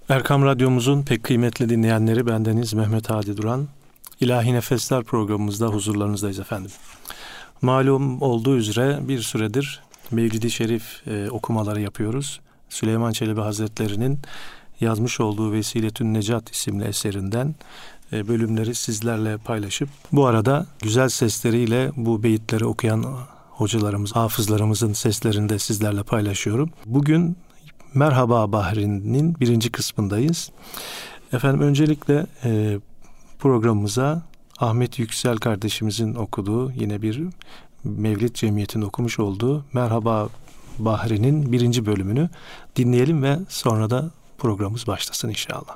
Erkam Radyomuzun pek kıymetli dinleyenleri, bendeniz Mehmet Hadi Duran. İlahi Nefesler programımızda huzurlarınızdayız efendim. Malum olduğu üzere bir süredir Mevlid-i Şerif okumaları yapıyoruz. Süleyman Çelebi Hazretleri'nin yazmış olduğu Vesiletün Necat isimli eserinden bölümleri sizlerle paylaşıp bu arada güzel sesleriyle bu beyitleri okuyan hocalarımız, hafızlarımızın seslerini de sizlerle paylaşıyorum. Bugün Merhaba Bahri'nin birinci kısmındayız. Efendim öncelikle programımıza Ahmet Yüksel kardeşimizin okuduğu, yine bir Mevlid Cemiyeti'nin okumuş olduğu Merhaba Bahri'nin birinci bölümünü dinleyelim ve sonra da programımız başlasın inşallah.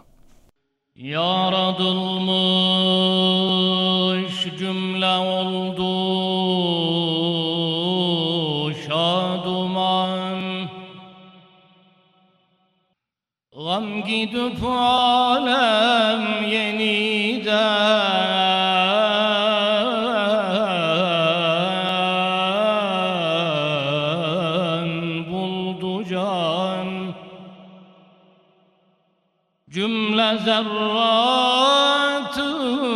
Yaratılmış cümle oldu şaduman, gam gidip alem yeniden buldu can. Cümle zerratı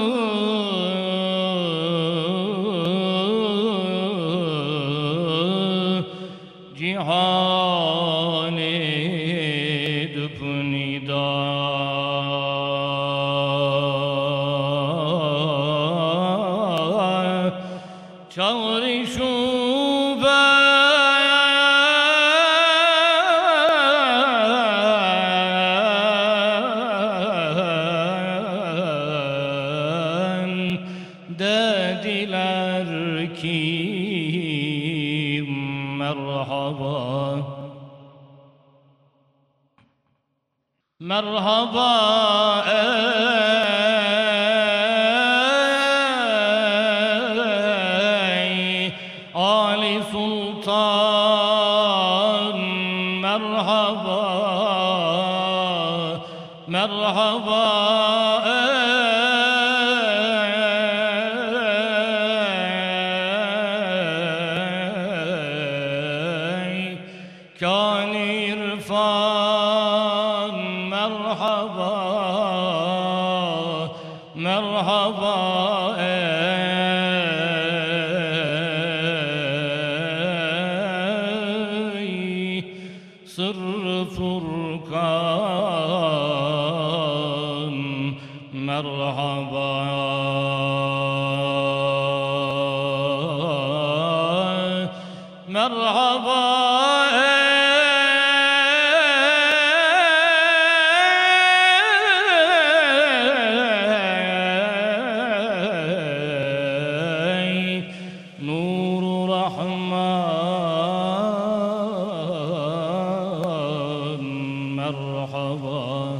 cihan edip nida, çağrı şube dediler ki merhaba, merhaba ey Ali Sultan, merhaba, merhaba kân-ı irfan, merhaba, merhaba ey sır-ı Furkan, merhaba, merhaba Nur-u Rahman, merhaba,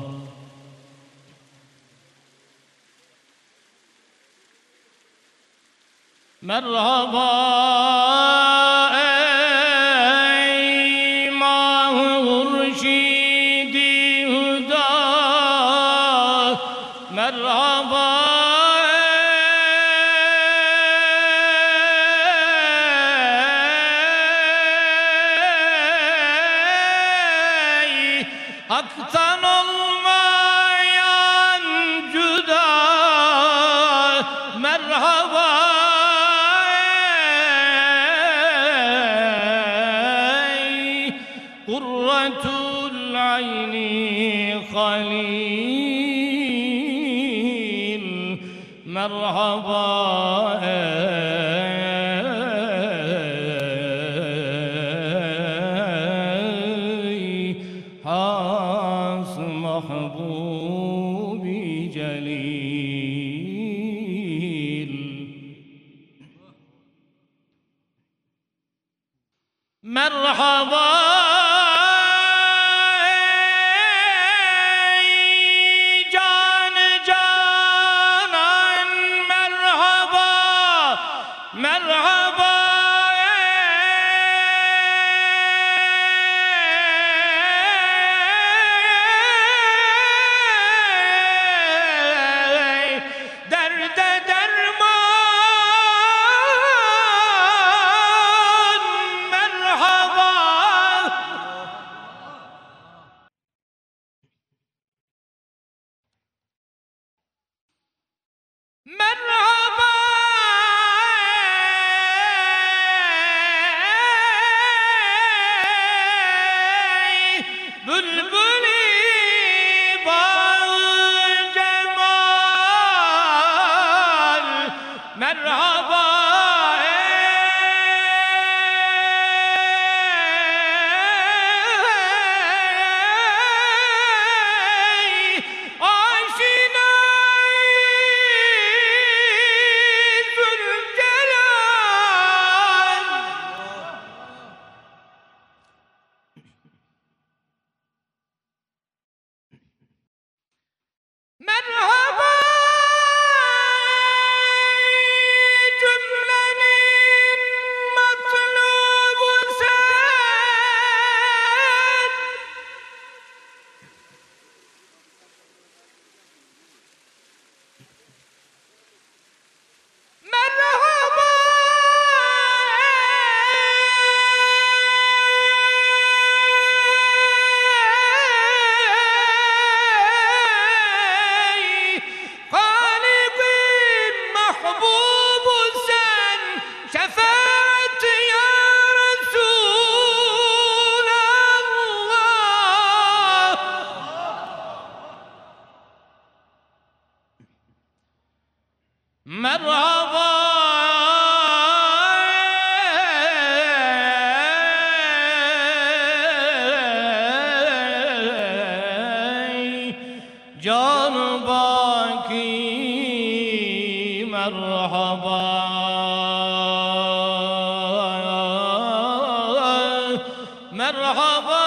merhaba ey Mah-ı Hurşid-i Hüda, merhaba hak'tan olmayan cüda, merhaba ey Kurratul ayni halil, merhaba has mahbubi celil, merhaba ey can-ı canan, merhaba, merhaba merhaba bülbülü bağ cemal, merhaba merhaba cümlenin matlubu sen, merhaba Halik'in mahbubu sen, şefaat ya Resulallah. Merhaba can baki, merhaba merhaba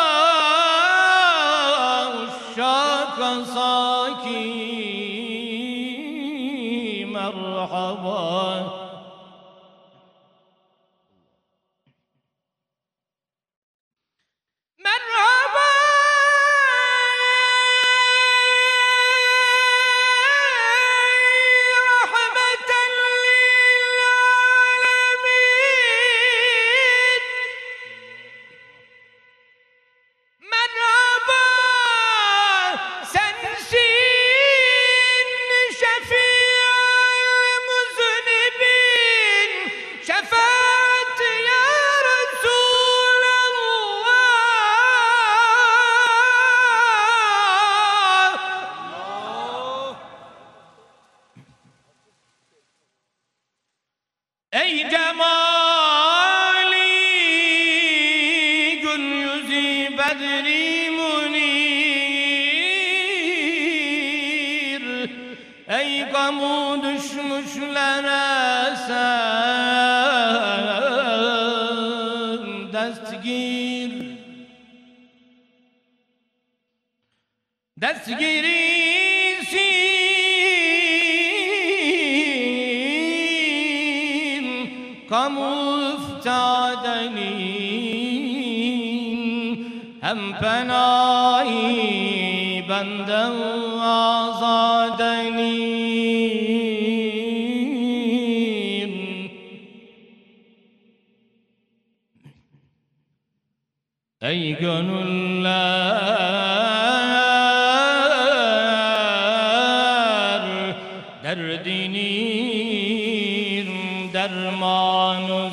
uşak saki, merhaba merhaba rahmeten lil alemin, merhaba sensin şefi'al müznibin, şefaat ya Resulallah. Ey cemali gül yüzü bedri munir, ey kamu düşmüşlere sen destgir, destgirisin kamu iftadenin, hem penayı benden azadenin. Ey gönüller derdinin dermanı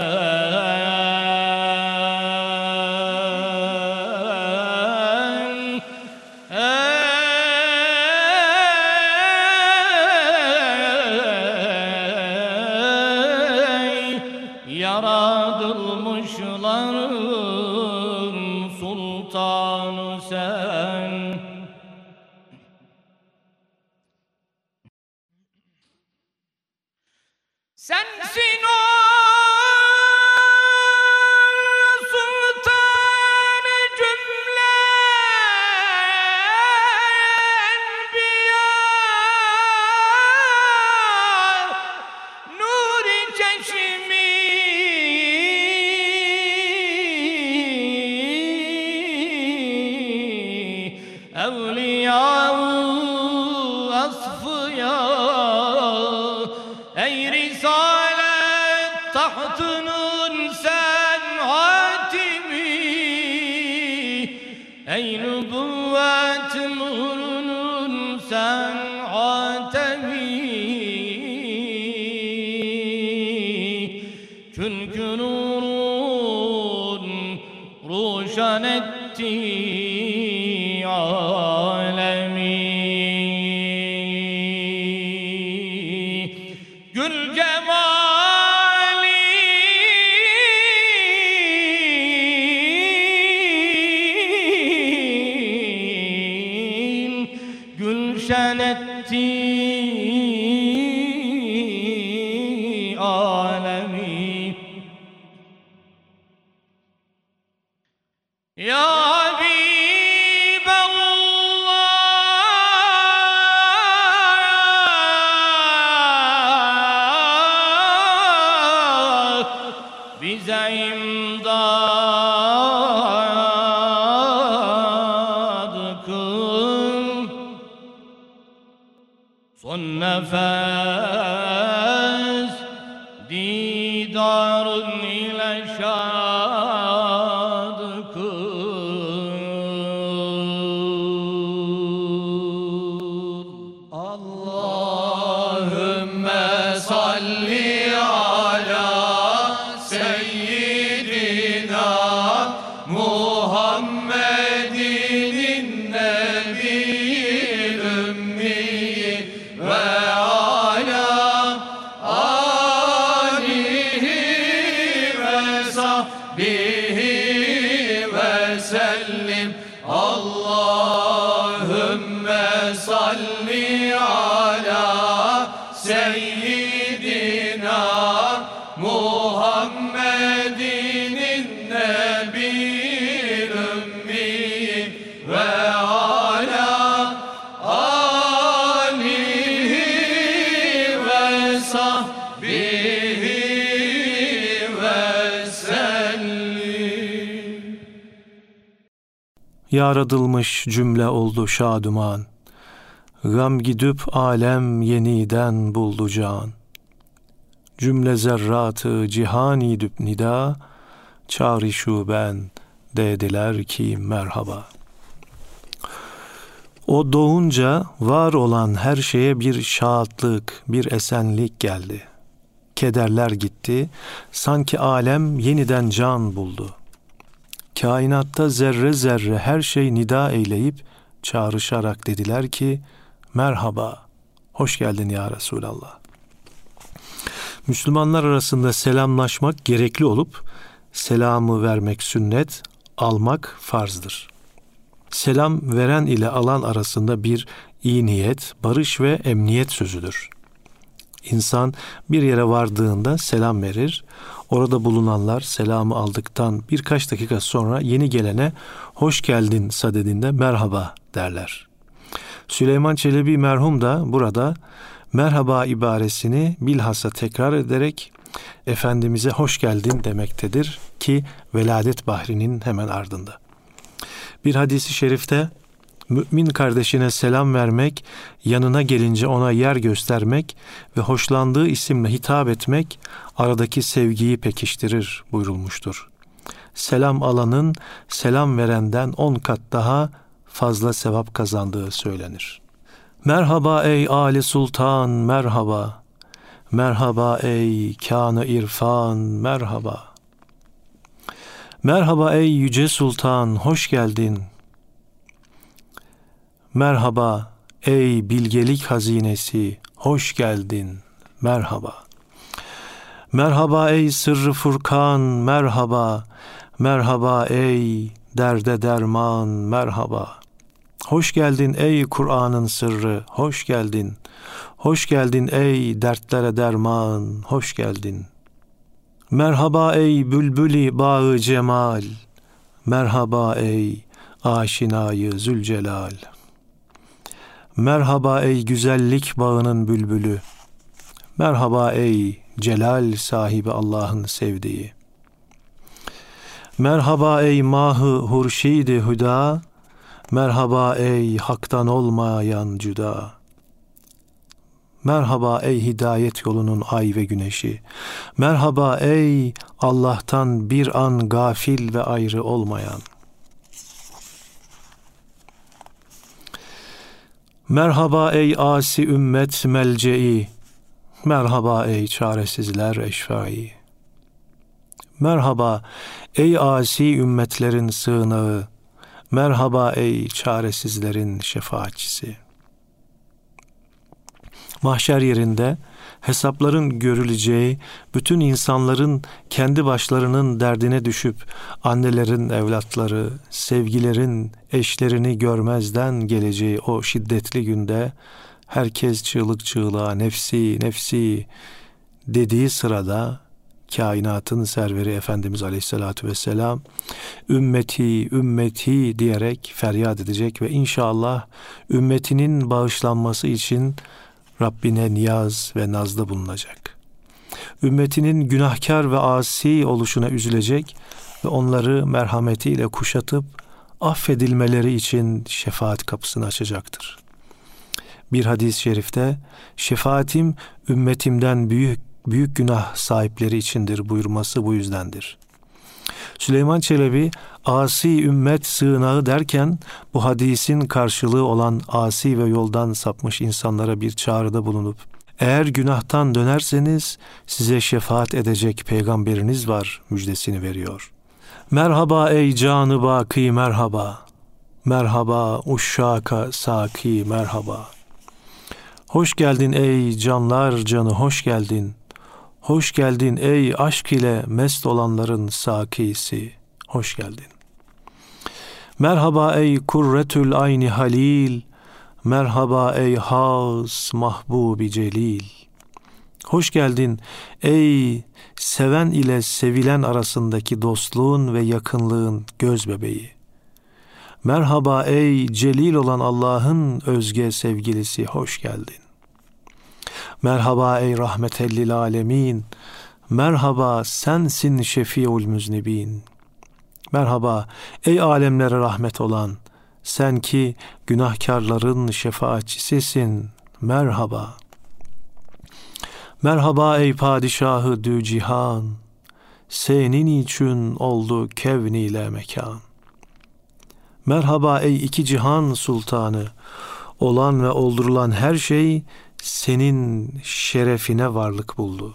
sen, ey yaratılmışların sultanı sen. Sensin o sultan-ı cümle enbiya, nur-i çeşmi evliya-u asfıya, ey risalet tahtının sen hatimi, ey nübüvvet nurunun sen hatemi. alemi gül cemali gülşen etti alemi. Ya Habiballah, bize imdad kıl, son nefes didarın ile şad kıl. Allahümme salli ala seyyidina Muhammedin nebiyil ümmi ve ala alihi ve sahbihi ve sellim. Allahümme salli ala seyyidina Muhammedin nebiyil ümmi ve ala alihi ve sahbihi ve sellim. Yaratılmış cümle oldu şaduman, gam gidip alem yeniden buldu can. Cümle zerratı cihan idüp nida, çağrışu ben dediler ki merhaba. O doğunca var olan her şeye bir şadlık, bir esenlik geldi. Kederler gitti, sanki alem yeniden can buldu. Kainatta zerre zerre her şey nida eyleyip çağrışarak dediler ki merhaba, hoş geldin ya Resulallah. Müslümanlar arasında selamlaşmak gerekli olup selamı vermek sünnet, almak farzdır. Selam veren ile alan arasında bir iyi niyet, barış ve emniyet sözüdür. İnsan bir yere vardığında selam verir. Orada bulunanlar selamı aldıktan birkaç dakika sonra yeni gelene hoş geldin sadedinde merhaba derler. Süleyman Çelebi merhum da burada merhaba ibaresini bilhassa tekrar ederek Efendimiz'e hoş geldin demektedir ki veladet bahrinin hemen ardında. Bir hadisi şerifte mümin kardeşine selam vermek, yanına gelince ona yer göstermek ve hoşlandığı isimle hitap etmek aradaki sevgiyi pekiştirir buyurulmuştur. Selam alanın selam verenden 10 kat daha fazla sevap kazandığı söylenir. Merhaba ey Ali Sultan merhaba, merhaba ey kânı irfan merhaba. Merhaba ey yüce sultan hoş geldin. Merhaba ey bilgelik hazinesi hoş geldin merhaba. Merhaba ey sırrı Furkan merhaba, merhaba ey derde derman merhaba. Hoş geldin ey Kur'an'ın sırrı hoş geldin. Hoş geldin ey dertlere derman hoş geldin. Merhaba ey bülbülü bağı cemal, merhaba ey aşinayı Zülcelal. Merhaba ey güzellik bağının bülbülü, merhaba ey celal sahibi Allah'ın sevdiği. Merhaba ey mahı hurşid-i hüda, merhaba ey haktan olmayan cüda. Merhaba ey hidayet yolunun ay ve güneşi. Merhaba ey Allah'tan bir an gafil ve ayrı olmayan. Merhaba ey asi ümmet melce'i. Merhaba ey çaresizler eşfai. Merhaba ey asi ümmetlerin sığınağı. Merhaba ey çaresizlerin şefaatçisi. Mahşer yerinde hesapların görüleceği, bütün insanların kendi başlarının derdine düşüp annelerin evlatları, sevgilerin eşlerini görmezden geleceği o şiddetli günde herkes çığlık çığlığa nefsi nefsi dediği sırada kainatın serveri Efendimiz Aleyhisselatü Vesselam ümmeti ümmeti diyerek feryat edecek ve inşallah ümmetinin bağışlanması için Rabbine niyaz ve nazda bulunacak. Ümmetinin günahkar ve asi oluşuna üzülecek ve onları merhametiyle kuşatıp affedilmeleri için şefaat kapısını açacaktır. Bir hadis-i şerifte şefaatim ümmetimden büyük günah sahipleri içindir buyurması bu yüzdendir. Süleyman Çelebi asi ümmet sığınağı derken bu hadisin karşılığı olan asi ve yoldan sapmış insanlara bir çağrıda bulunup eğer günahtan dönerseniz size şefaat edecek peygamberiniz var müjdesini veriyor. Merhaba ey canı baki merhaba. Merhaba uşşaka saki merhaba. Hoş geldin ey canlar canı hoş geldin. Hoş geldin ey aşk ile mest olanların sakisi. Hoş geldin. Merhaba ey kurretül ayni halil. Merhaba ey has mahbubi celil. Hoş geldin ey seven ile sevilen arasındaki dostluğun ve yakınlığın göz bebeği. Merhaba ey celil olan Allah'ın özge sevgilisi hoş geldin. Merhaba ey rahmetellil alemin. Merhaba sensin şefi'ul müznibin. Merhaba ey alemlere rahmet olan. Sen ki günahkarların şefaatçisisin. Merhaba. Merhaba ey padişahı dü cihan. Senin için oldu kevn ile mekan. Merhaba ey iki cihan sultanı. Olan ve oldurulan her şey senin şerefine varlık buldu.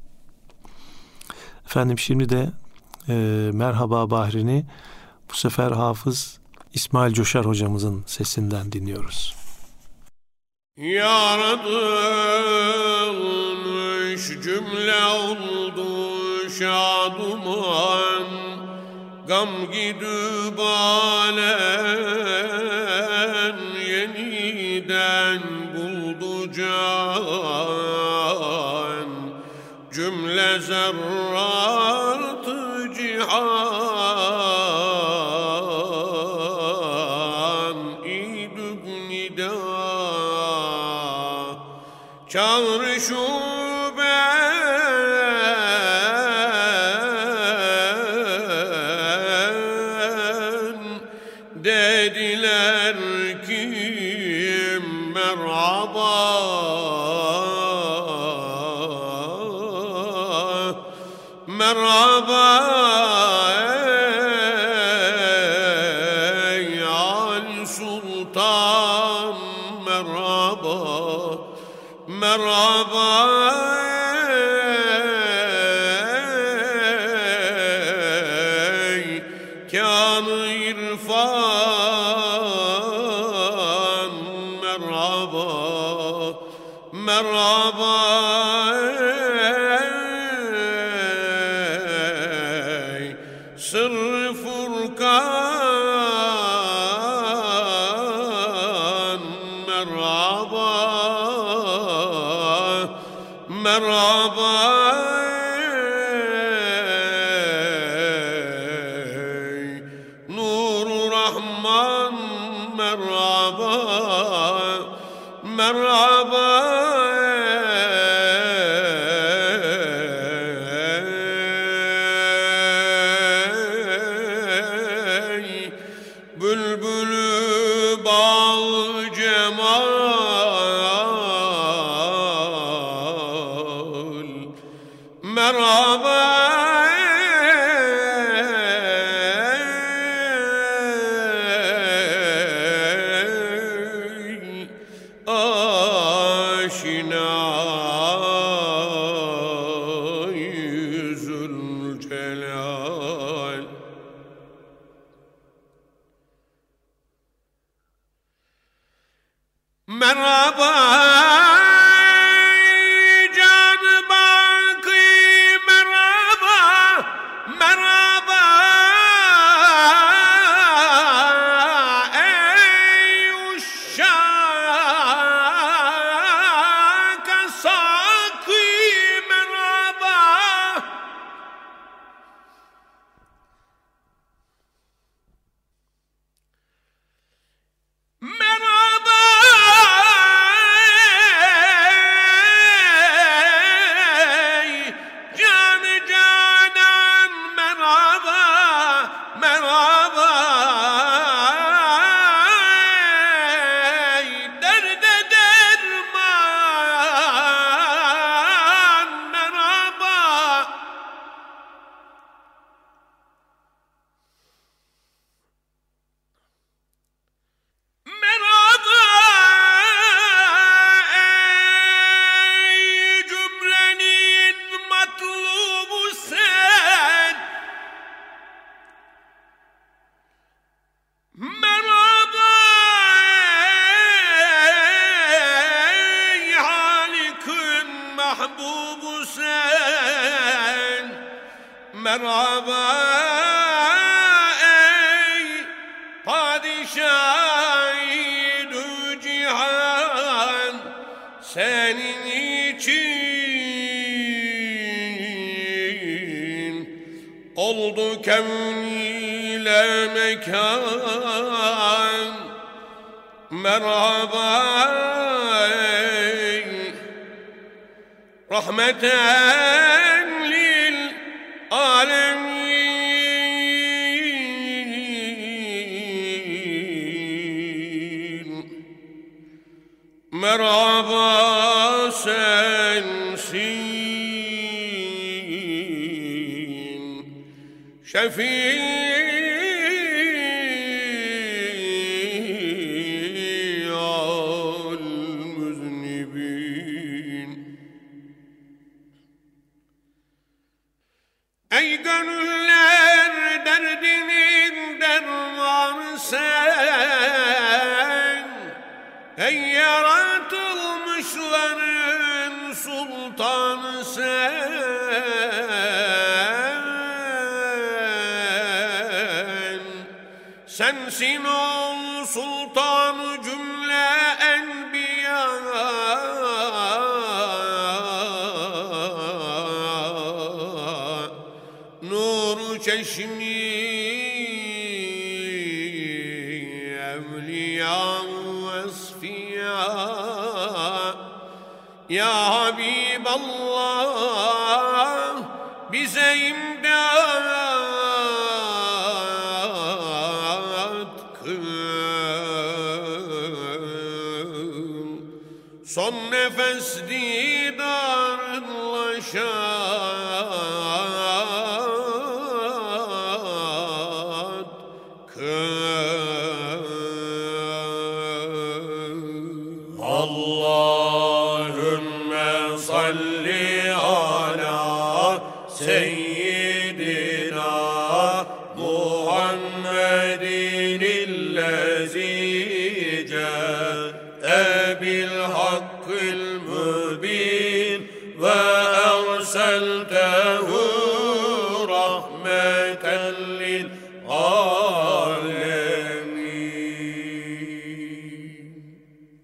Efendim şimdi de Merhaba Bahri'ni bu sefer Hafız İsmail Coşar hocamızın sesinden dinliyoruz. Yaratılmış cümle oldu şaduman, gam gidüb alem yeniden buldu can. Cümle zerrat-ı cihan idüb nida çağrı şuben dediler ki merhaba. Merhaba ey Ali Sultan merhaba. Merhaba ey kân-ı irfan merhaba. Merhaba Sır-ı Furkan merhaba. Merhaba Nur-u Rahman merhaba. Merhaba bülbülü bal cemal merhaba aşık merhaba canı baki merhaba merhaba ey uşak saki merhaba merhaba ey canı canan merhaba merhaba ey derde derman merhaba merhaba ey cümlenin matlubu sen merhaba ey halikın mahbubu sen merhaba ey padişahı cihan senin için oldu kevn ile mekan merhaba ey rahmeten lil alemin merhaba sensin şefi'al müznibin ey gönüller derdinin dermanı sen ey yaratılmışların sultanı sensin ol sultanı cümle enbiya nuru çeşmi evliya vesfiya ya Habiballah bize imdat kıl son nefes didarınla şad kıl Allahümme salli ala seyyidina Muhammedin illezi câe bil hakkil mübin ve erseltehu rahmeten lil alemin.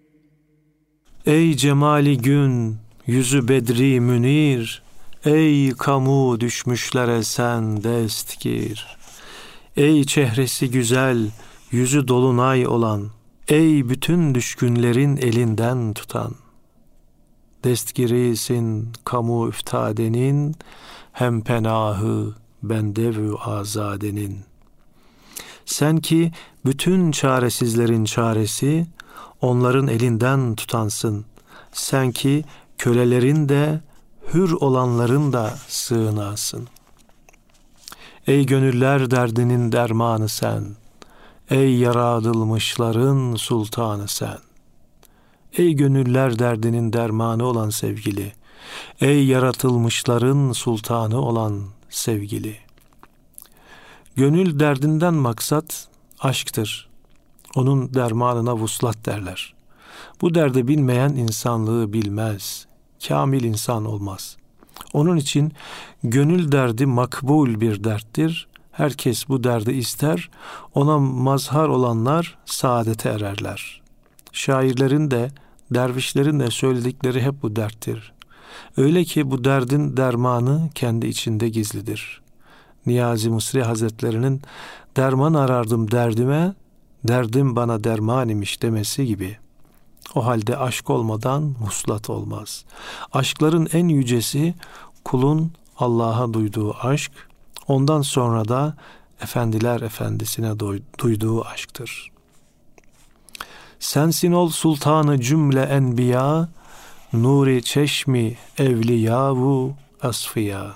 Ey cemali gün, yüzü bedri münir, ey kamu düşmüşlere sen destgir. Ey çehresi güzel, yüzü dolunay olan, ey bütün düşkünlerin elinden tutan. Destgirisin kamu üftadenin, hem penahı bendevü azadenin. Sen ki bütün çaresizlerin çaresi, onların elinden tutansın. Sen ki kölelerin de, hür olanların da sığınasın. Ey gönüller derdinin dermanı sen, ey yaratılmışların sultanı sen. Ey gönüller derdinin dermanı olan sevgili, ey yaratılmışların sultanı olan sevgili. Gönül derdinden maksat aşktır. Onun dermanına vuslat derler. Bu derde bilmeyen insanlığı bilmez. Kamil insan olmaz. Onun için gönül derdi makbul bir derttir. Herkes bu derdi ister. Ona mazhar olanlar saadete ererler. Şairlerin de, dervişlerin de söyledikleri hep bu derttir. Öyle ki bu derdin dermanı kendi içinde gizlidir. Niyazi Mısri Hazretlerinin derman arardım derdime, derdim bana derman imiş demesi gibi. O halde aşk olmadan vuslat olmaz. Aşkların en yücesi kulun Allah'a duyduğu aşk, ondan sonra da efendiler efendisine duyduğu aşktır. Sensin ol sultanı cümle enbiya, nuri çeşmi evliyavu asfiya.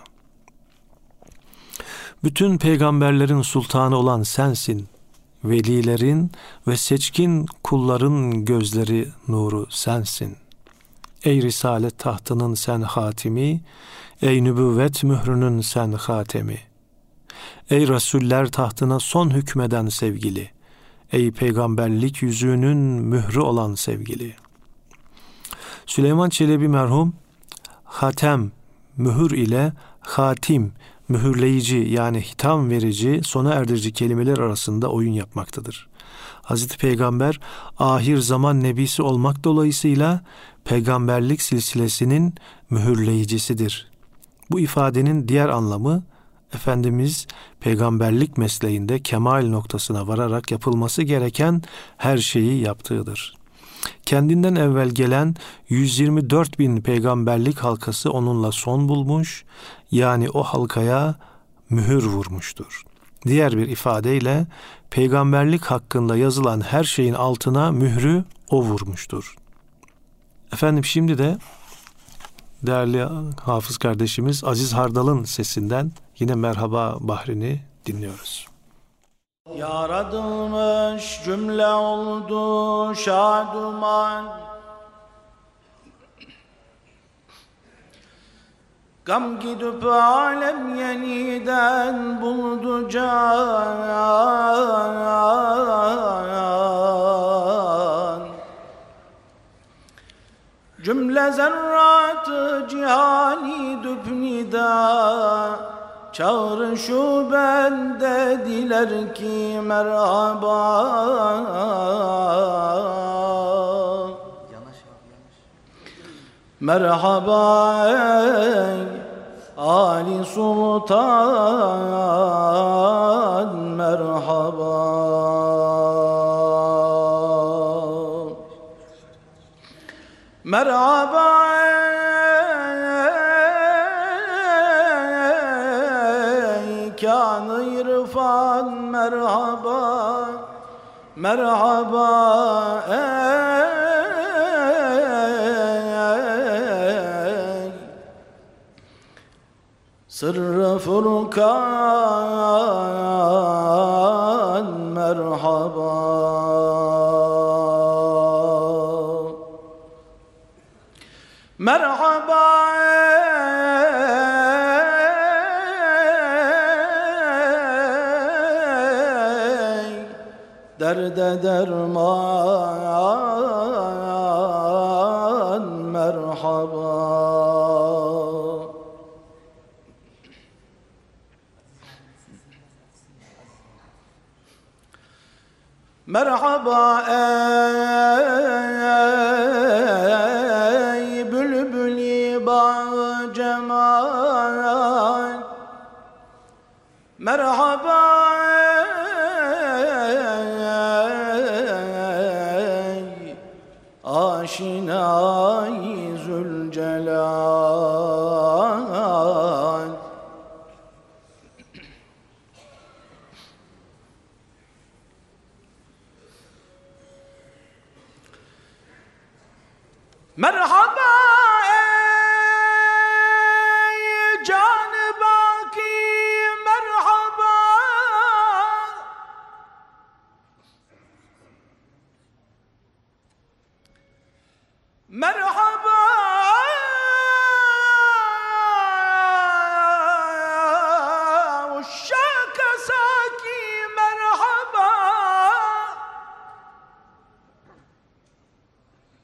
Bütün peygamberlerin sultanı olan sensin. Velilerin ve seçkin kulların gözleri nuru sensin. Ey Risalet tahtının sen hatimi, ey nübüvvet mührünün sen hatemi. Ey Resuller tahtına son hükmeden sevgili, ey peygamberlik yüzüğünün mührü olan sevgili. Süleyman Çelebi merhum, hatem, mühür ile hatim, mühürleyici yani hitam verici, sona erdirici kelimeler arasında oyun yapmaktadır. Hazreti Peygamber ahir zaman nebisi olmak dolayısıyla peygamberlik silsilesinin mühürleyicisidir. Bu ifadenin diğer anlamı, Efendimiz peygamberlik mesleğinde kemal noktasına vararak yapılması gereken her şeyi yaptığıdır. Kendinden evvel gelen 124 bin peygamberlik halkası onunla son bulmuş, yani o halkaya mühür vurmuştur. Diğer bir ifadeyle peygamberlik hakkında yazılan her şeyin altına mührü o vurmuştur. Efendim şimdi de değerli hafız kardeşimiz Aziz Hardal'ın sesinden yine Merhaba Bahri'ni dinliyoruz. Yaratılmış cümle oldu şaduman, gam gidip alem yeniden buldu can. Cümle zerratı cihani düpnida, çağrı şu bende diler ki merhaba. Merhaba ey Ali Sultan, merhaba. Merhaba ey kân-ı irfan, merhaba. Merhaba ey sırrı Furkan, merhaba. Merhaba ey derde derman, merhaba. Merhaba ey bülbül-i bağ cemal, merhaba ey aşina-i Zülcelal. Merhaba ey can-ı baki, merhaba. Merhaba uşşak-ı saki, merhaba.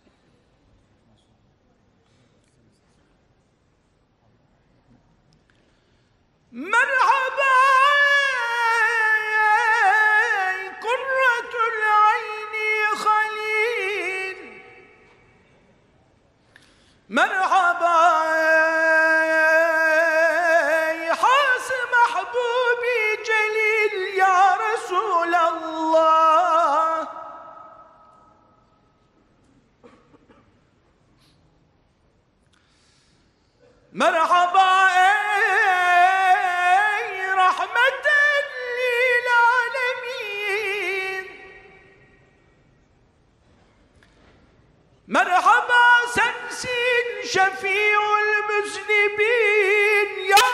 merhaba ey has mahbubi celil ya Resulallah. Merhaba ey rahmeten lil alemin. Merhaba sensin şefi'ül müznibin ya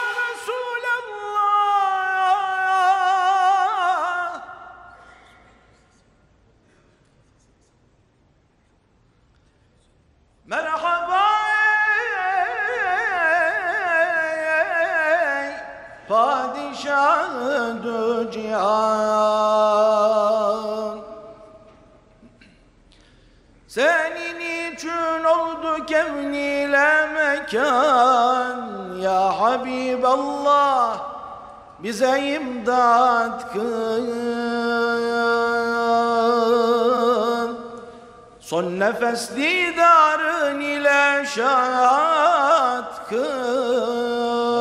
Resulallah. Merhaba padişah-ı cihan, senin için oldu kevn ile mekan. Ya Habiballah bize imdat kıl, son nefes didarın ile şahat kıl.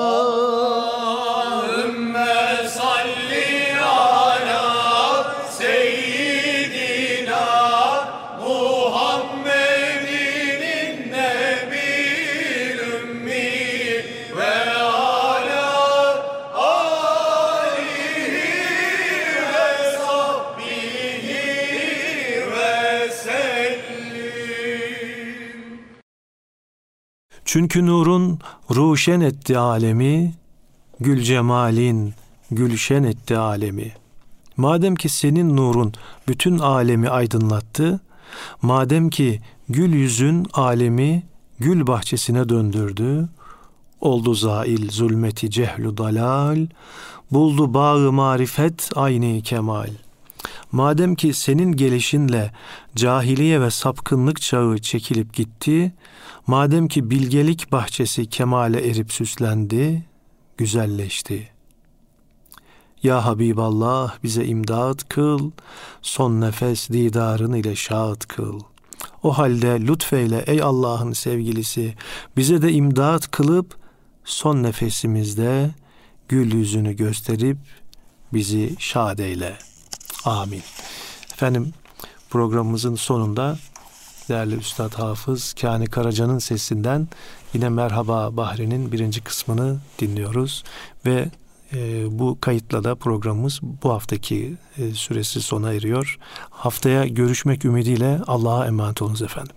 Çünkü nurun ruşen etti alemi, gül cemalin gülşen etti alemi. Madem ki senin nurun bütün alemi aydınlattı, madem ki gül yüzün alemi gül bahçesine döndürdü, oldu zail zulmeti cehlu dalal, buldu bağı marifet ayni kemal. Madem ki senin gelişinle cahiliye ve sapkınlık çağı çekilip gitti, madem ki bilgelik bahçesi kemale erip süslendi, güzelleşti. Ya Habiballah bize imdat kıl, son nefes didarın ile şad kıl. O halde lütfeyle ey Allah'ın sevgilisi, bize de imdat kılıp son nefesimizde gül yüzünü gösterip bizi şad eyle. Amin. Efendim, programımızın sonunda değerli Üstad Hafız Kani Karaca'nın sesinden yine Merhaba Bahri'nin 1. kısmını dinliyoruz ve bu kayıtla da programımız bu haftaki süresi sona eriyor. Haftaya görüşmek ümidiyle Allah'a emanet olunuz efendim.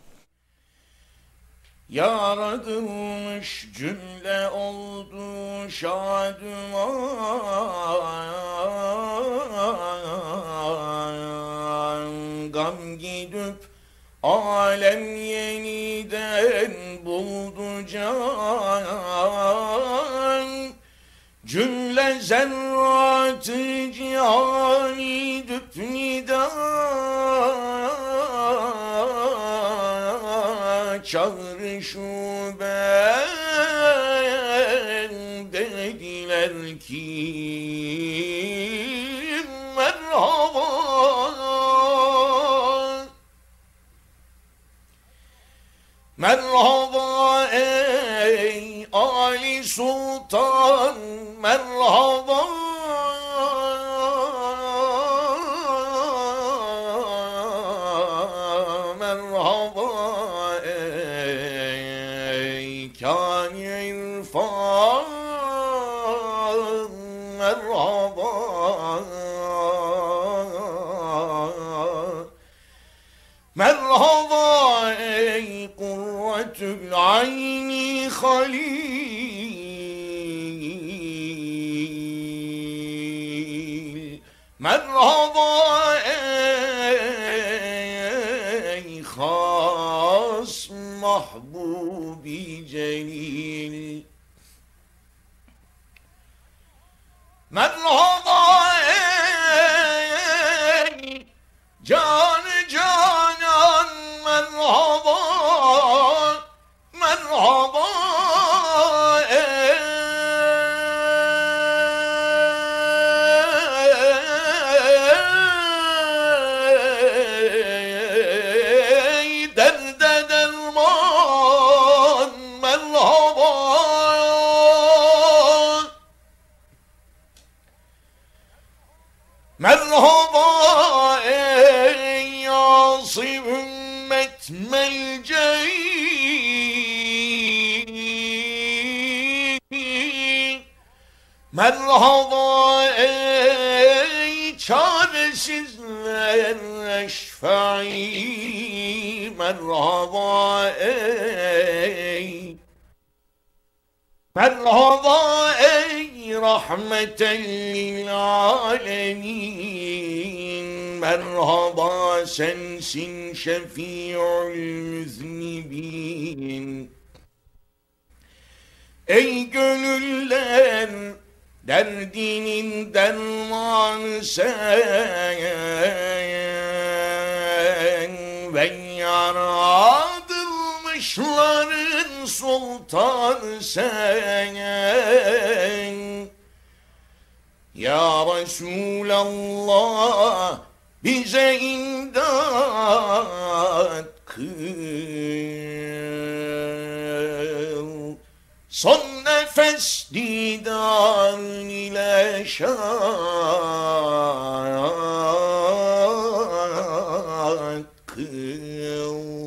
Yaratılmış cümle oldu şaduman, gam gidip alem yeniden buldu can. Cümle zerrat-ı cihani düpnida çağrı şube dediler ki merhaba. Merhaba ey Ali Sultan, merhaba. Merhaba ey Kâni İrfan, merhaba. Merhaba ey Kurretül Ayni Halil, merhaba ey has mahbubi celil, merhaba ey canı canan, merhaba. Merhaba ey derde derman, الجليل مرحبا ey çaresizler eşfa'i merhaba ey merhaba ey rahmeten lil alemin merhaba sensin şefi'ül müznibin ey gönüller derdinin dermanı sen ve yaratılmışların sultanı sen ya Resulallah bize imdat kıl son nefes didarın ile şad kıl.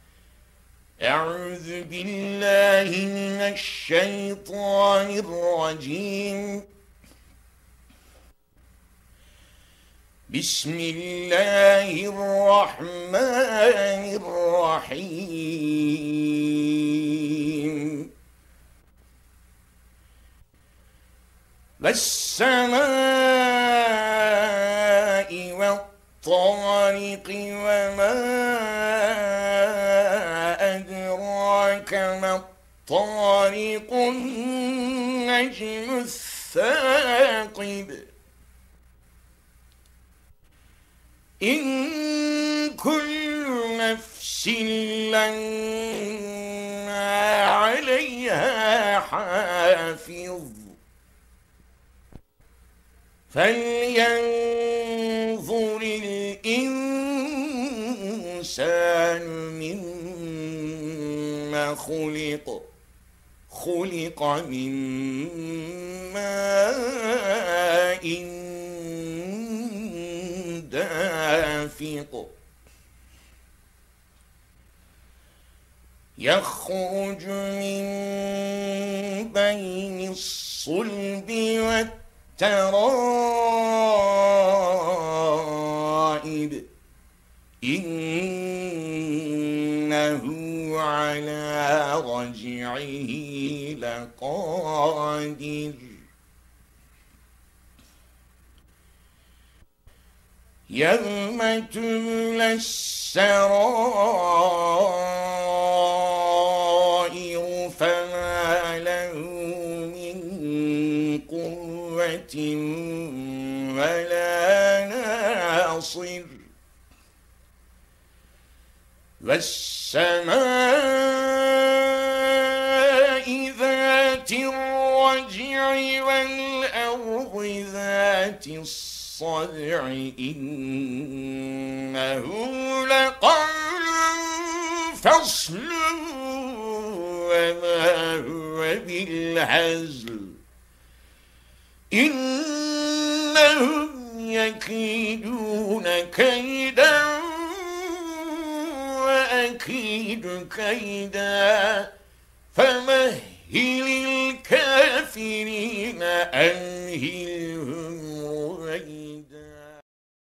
Eûzü billahi mineşşeytanirracim. Bismillahirrahmanirrahim. Ve's-semâi ve't-târiqi ve mâ edrâke me't-târiqun necmü's-sâqib. İn kullu nefsin lemmâ aleyhâ hâfiz. فَلْيَنْظُرِ الْإِنْسَانُ مِمَّا خُلِقَ خُلِقَ مِنْ مَاءٍ دافق يخرج من بين الصلب والترائب إنه على رجعه لقادر يوم تبلى السرائر فما له من قوة ولا ناصر والسماء ذات الرجع والأرض ذات الصدع إنه لقول فصل وما هو بالهزل إنهم يكيدون كيدا وأكيد كيدا فمهل الكافرين أمهلهم